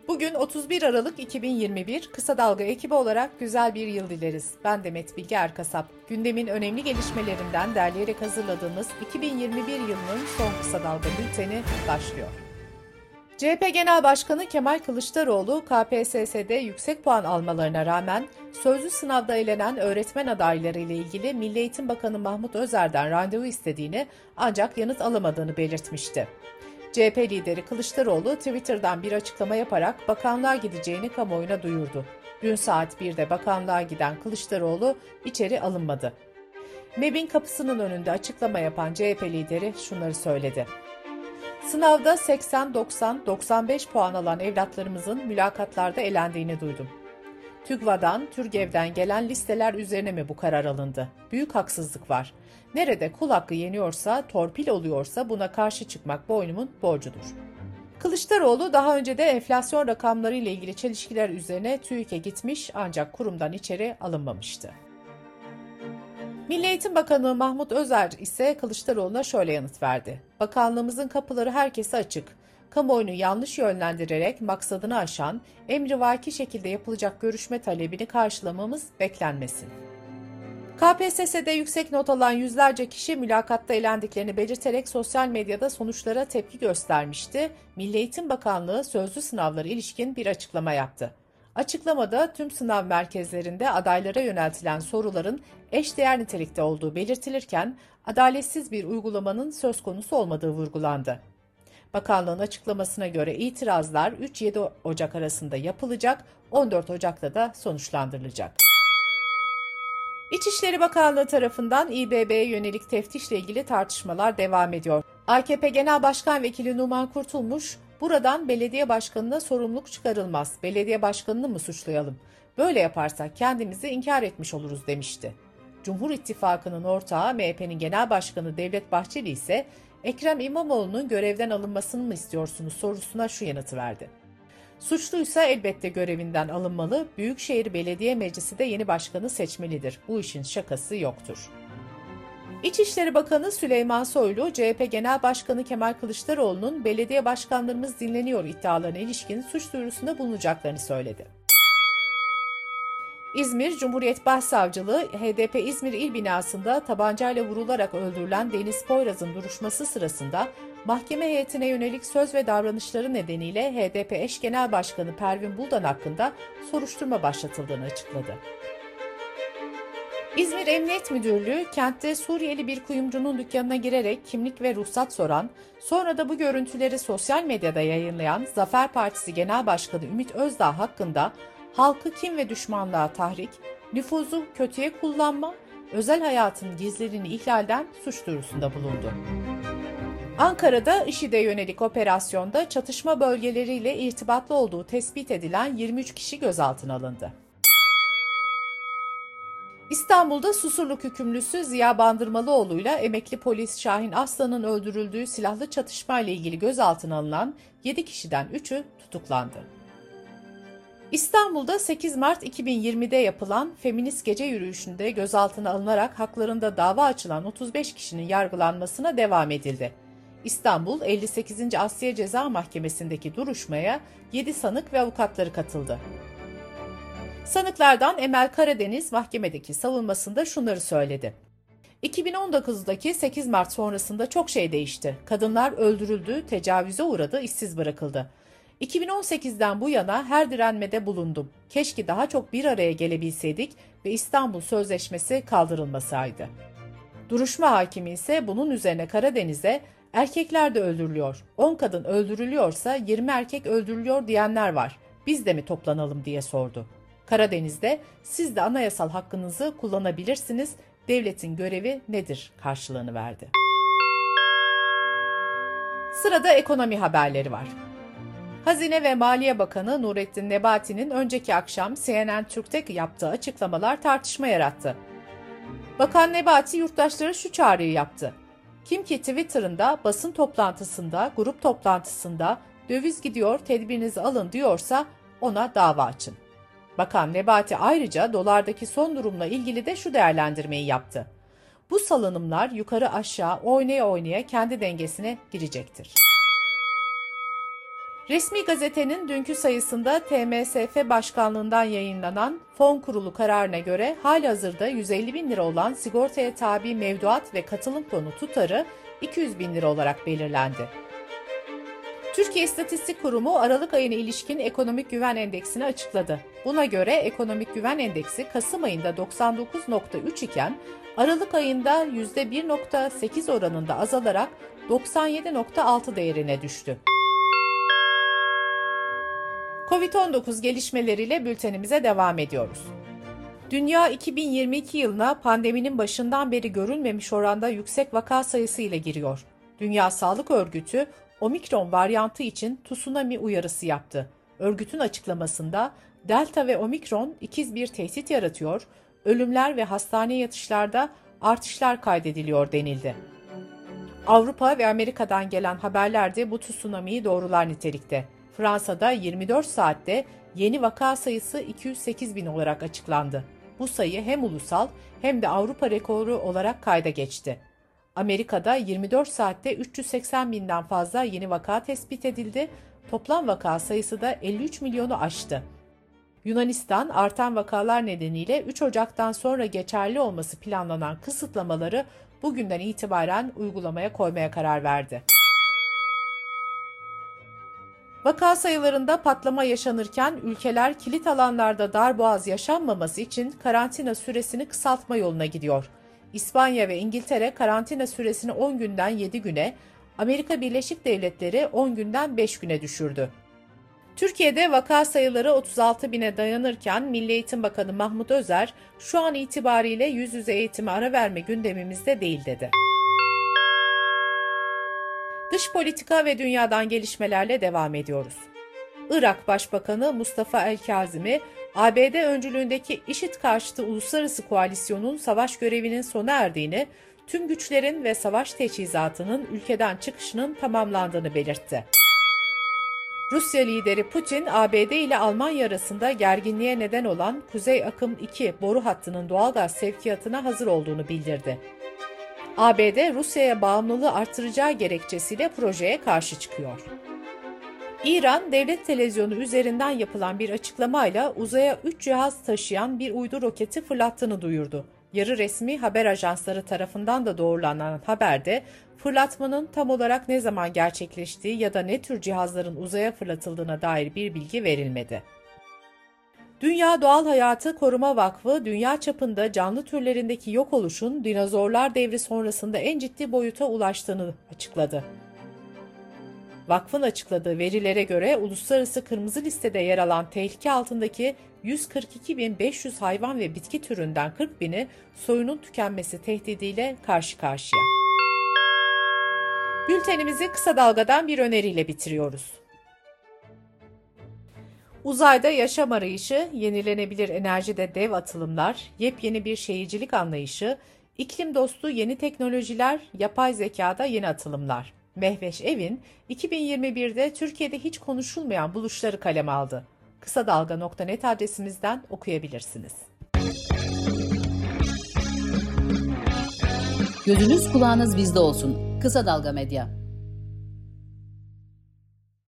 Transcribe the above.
Bugün 31 Aralık 2021, Kısa Dalga ekibi olarak güzel bir yıl dileriz. Ben Demet Bilge Erkasap. Gündemin önemli gelişmelerinden derleyerek hazırladığımız 2021 yılının son Kısa Dalga bülteni başlıyor. CHP Genel Başkanı Kemal Kılıçdaroğlu, KPSS'de yüksek puan almalarına rağmen sözlü sınavda elenen öğretmen adayları ile ilgili Milli Eğitim Bakanı Mahmut Özer'den randevu istediğini ancak yanıt alamadığını belirtmişti. CHP lideri Kılıçdaroğlu Twitter'dan bir açıklama yaparak bakanlığa gideceğini kamuoyuna duyurdu. Dün saat 1'de bakanlığa giden Kılıçdaroğlu içeri alınmadı. MEB'in kapısının önünde açıklama yapan CHP lideri şunları söyledi. Sınavda 80, 90, 95 puan alan evlatlarımızın mülakatlarda elendiğini duydum. TÜGVA'dan, TÜRGEV'den gelen listeler üzerine mi bu karar alındı? Büyük haksızlık var. Nerede kul hakkı yeniyorsa, torpil oluyorsa buna karşı çıkmak boynumun borcudur. Kılıçdaroğlu daha önce de enflasyon rakamları ile ilgili çelişkiler üzerine TÜİK'e gitmiş ancak kurumdan içeri alınmamıştı. Milli Eğitim Bakanı Mahmut Özer ise Kılıçdaroğlu'na şöyle yanıt verdi. Bakanlığımızın kapıları herkese açık. Kamuoyunu yanlış yönlendirerek maksadını aşan, emrivaki şekilde yapılacak görüşme talebini karşılamamız beklenmesin. KPSS'de yüksek not alan yüzlerce kişi mülakatta elendiklerini belirterek sosyal medyada sonuçlara tepki göstermişti. Milli Eğitim Bakanlığı sözlü sınavlara ilişkin bir açıklama yaptı. Açıklamada tüm sınav merkezlerinde adaylara yöneltilen soruların eşdeğer nitelikte olduğu belirtilirken adaletsiz bir uygulamanın söz konusu olmadığı vurgulandı. Bakanlığın açıklamasına göre itirazlar 3-7 Ocak arasında yapılacak, 14 Ocak'ta da sonuçlandırılacak. İçişleri Bakanlığı tarafından İBB'ye yönelik teftişle ilgili tartışmalar devam ediyor. AKP Genel Başkan Vekili Numan Kurtulmuş, buradan belediye başkanına sorumluluk çıkarılmaz, belediye başkanını mı suçlayalım? Böyle yaparsak kendimizi inkar etmiş oluruz demişti. Cumhur İttifakı'nın ortağı MHP'nin Genel Başkanı Devlet Bahçeli ise Ekrem İmamoğlu'nun görevden alınmasını mı istiyorsunuz sorusuna şu yanıtı verdi. Suçluysa elbette görevinden alınmalı, Büyükşehir Belediye Meclisi de yeni başkanı seçmelidir. Bu işin şakası yoktur. İçişleri Bakanı Süleyman Soylu, CHP Genel Başkanı Kemal Kılıçdaroğlu'nun belediye başkanlarımız dinleniyor iddialarına ilişkin suç duyurusunda bulunacaklarını söyledi. İzmir Cumhuriyet Başsavcılığı, HDP İzmir İl Binası'nda tabancayla vurularak öldürülen Deniz Poyraz'ın duruşması sırasında mahkeme heyetine yönelik söz ve davranışları nedeniyle HDP eş genel başkanı Pervin Buldan hakkında soruşturma başlatıldığını açıkladı. İzmir Emniyet Müdürlüğü, kentte Suriyeli bir kuyumcunun dükkanına girerek kimlik ve ruhsat soran, sonra da bu görüntüleri sosyal medyada yayınlayan Zafer Partisi Genel Başkanı Ümit Özdağ hakkında halkı kin ve düşmanlığa tahrik, nüfuzu kötüye kullanma, özel hayatın gizliliğini ihlalden suç duyurusunda bulundu. Ankara'da IŞİD'e yönelik operasyonda çatışma bölgeleriyle irtibatlı olduğu tespit edilen 23 kişi gözaltına alındı. İstanbul'da Susurluk hükümlüsü Ziya Bandırmalıoğlu'yla emekli polis Şahin Aslan'ın öldürüldüğü silahlı çatışmayla ilgili gözaltına alınan 7 kişiden 3'ü tutuklandı. İstanbul'da 8 Mart 2020'de yapılan feminist gece yürüyüşünde gözaltına alınarak haklarında dava açılan 35 kişinin yargılanmasına devam edildi. İstanbul 58. Asliye Ceza Mahkemesi'ndeki duruşmaya 7 sanık ve avukatları katıldı. Sanıklardan Emel Karadeniz mahkemedeki savunmasında şunları söyledi. 2019'daki 8 Mart sonrasında çok şey değişti. Kadınlar öldürüldü, tecavüze uğradı, işsiz bırakıldı. 2018'den bu yana her direnmede bulundum. Keşke daha çok bir araya gelebilseydik ve İstanbul Sözleşmesi kaldırılmasaydı. Duruşma hakimi ise bunun üzerine Karadeniz'e erkekler de öldürülüyor, 10 kadın öldürülüyorsa 20 erkek öldürülüyor diyenler var. Biz de mi toplanalım diye sordu. Karadeniz'de siz de anayasal hakkınızı kullanabilirsiniz, devletin görevi nedir karşılığını verdi. Sırada ekonomi haberleri var. Hazine ve Maliye Bakanı Nurettin Nebati'nin önceki akşam CNN Türk'te yaptığı açıklamalar tartışma yarattı. Bakan Nebati yurttaşlara şu çağrıyı yaptı. Kim ki Twitter'ında, basın toplantısında, grup toplantısında döviz gidiyor tedbirinizi alın diyorsa ona dava açın. Bakan Nebati ayrıca dolardaki son durumla ilgili de şu değerlendirmeyi yaptı. Bu salınımlar yukarı aşağı oynaya oynaya kendi dengesine girecektir. Resmi gazetenin dünkü sayısında TMSF Başkanlığından yayınlanan Fon Kurulu kararına göre halihazırda 150 bin lira olan sigortaya tabi mevduat ve katılım fonu tutarı 200 bin lira olarak belirlendi. Türkiye İstatistik Kurumu Aralık ayına ilişkin ekonomik güven endeksini açıkladı. Buna göre ekonomik güven endeksi Kasım ayında 99,3 iken Aralık ayında %1,8 oranında azalarak 97,6 değerine düştü. Covid-19 gelişmeleriyle bültenimize devam ediyoruz. Dünya 2022 yılına pandeminin başından beri görülmemiş oranda yüksek vaka sayısı ile giriyor. Dünya Sağlık Örgütü, Omikron varyantı için tsunami uyarısı yaptı. Örgütün açıklamasında Delta ve Omikron ikiz bir tehdit yaratıyor, ölümler ve hastane yatışlarda artışlar kaydediliyor denildi. Avrupa ve Amerika'dan gelen haberler de bu tsunamiyi doğrular nitelikte. Fransa'da 24 saatte yeni vaka sayısı 208 bin olarak açıklandı. Bu sayı hem ulusal hem de Avrupa rekoru olarak kayda geçti. Amerika'da 24 saatte 380 binden fazla yeni vaka tespit edildi. Toplam vaka sayısı da 53 milyonu aştı. Yunanistan artan vakalar nedeniyle 3 Ocak'tan sonra geçerli olması planlanan kısıtlamaları bugünden itibaren uygulamaya koymaya karar verdi. Vaka sayılarında patlama yaşanırken ülkeler kilit alanlarda darboğaz yaşanmaması için karantina süresini kısaltma yoluna gidiyor. İspanya ve İngiltere karantina süresini 10 günden 7 güne, Amerika Birleşik Devletleri 10 günden 5 güne düşürdü. Türkiye'de vaka sayıları 36 bine dayanırken Milli Eğitim Bakanı Mahmut Özer, şu an itibariyle yüz yüze eğitime ara verme gündemimizde değil dedi. Dış politika ve dünyadan gelişmelerle devam ediyoruz. Irak Başbakanı Mustafa El-Kazimi, ABD öncülüğündeki IŞİD karşıtı uluslararası koalisyonun savaş görevinin sona erdiğini, tüm güçlerin ve savaş teçhizatının ülkeden çıkışının tamamlandığını belirtti. Rusya lideri Putin, ABD ile Almanya arasında gerginliğe neden olan Kuzey Akım 2 boru hattının doğalgaz sevkiyatına hazır olduğunu bildirdi. ABD, Rusya'ya bağımlılığı artıracağı gerekçesiyle projeye karşı çıkıyor. İran, devlet televizyonu üzerinden yapılan bir açıklamayla uzaya 3 cihaz taşıyan bir uydu roketi fırlattığını duyurdu. Yarı resmi haber ajansları tarafından da doğrulanan haberde, fırlatmanın tam olarak ne zaman gerçekleştiği ya da ne tür cihazların uzaya fırlatıldığına dair bir bilgi verilmedi. Dünya Doğal Hayatı Koruma Vakfı, dünya çapında canlı türlerindeki yok oluşun dinozorlar devri sonrasında en ciddi boyuta ulaştığını açıkladı. Vakfın açıkladığı verilere göre uluslararası kırmızı listede yer alan tehlike altındaki 142.500 hayvan ve bitki türünden 40.000'i soyunun tükenmesi tehdidiyle karşı karşıya. Bültenimizi kısa dalgadan bir öneriyle bitiriyoruz. Uzayda yaşam arayışı, yenilenebilir enerjide dev atılımlar, yepyeni bir şehircilik anlayışı, iklim dostu yeni teknolojiler, yapay zekada yeni atılımlar. Mehveş Evin, 2021'de Türkiye'de hiç konuşulmayan buluşları kaleme aldı. Kısadalga.net adresimizden okuyabilirsiniz. Gözünüz kulağınız bizde olsun. Kısa Dalga Medya.